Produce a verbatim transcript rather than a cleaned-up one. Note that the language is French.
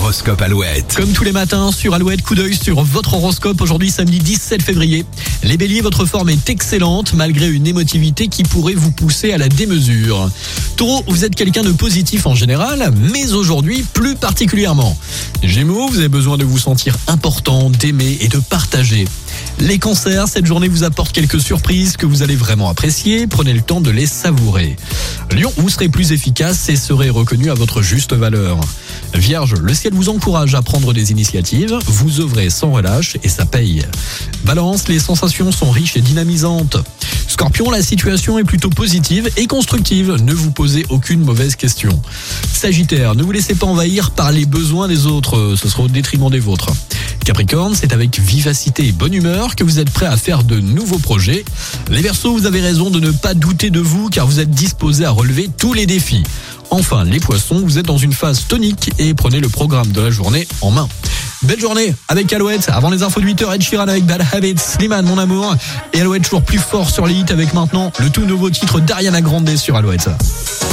L'horoscope Alouette. Comme tous les matins sur Alouette, coup d'œil sur votre horoscope. Aujourd'hui, samedi dix-sept février. Les béliers, votre forme est excellente malgré une émotivité qui pourrait vous pousser à la démesure. Taureau, vous êtes quelqu'un de positif en général, mais aujourd'hui plus particulièrement. Gémeaux, vous avez besoin de vous sentir important, d'aimer et de partager. Les cancers, cette journée vous apporte quelques surprises que vous allez vraiment apprécier. Prenez le temps de les savourer. Lion, vous serez plus efficace et serez reconnu à votre juste valeur. Vierge, le ciel vous encourage à prendre des initiatives. Vous œuvrez sans relâche et ça paye. Balance, les sensations sont riches et dynamisantes. Scorpion, la situation est plutôt positive et constructive. Ne vous posez aucune mauvaise question. Sagittaire, ne vous laissez pas envahir par les besoins des autres. Ce sera au détriment des vôtres. Capricorne, c'est avec vivacité et bonne humeur que vous êtes prêt à faire de nouveaux projets. Les Verseaux, vous avez raison de ne pas douter de vous car vous êtes disposés à relever tous les défis. Enfin, les Poissons, vous êtes dans une phase tonique et prenez le programme de la journée en main. Belle journée avec Alouette. Avant les infos de huit heures, Ed Sheeran avec Bad Habits, Slimane, Mon Amour. Et Alouette toujours plus fort sur les hits avec maintenant le tout nouveau titre d'Ariana Grande sur Alouette.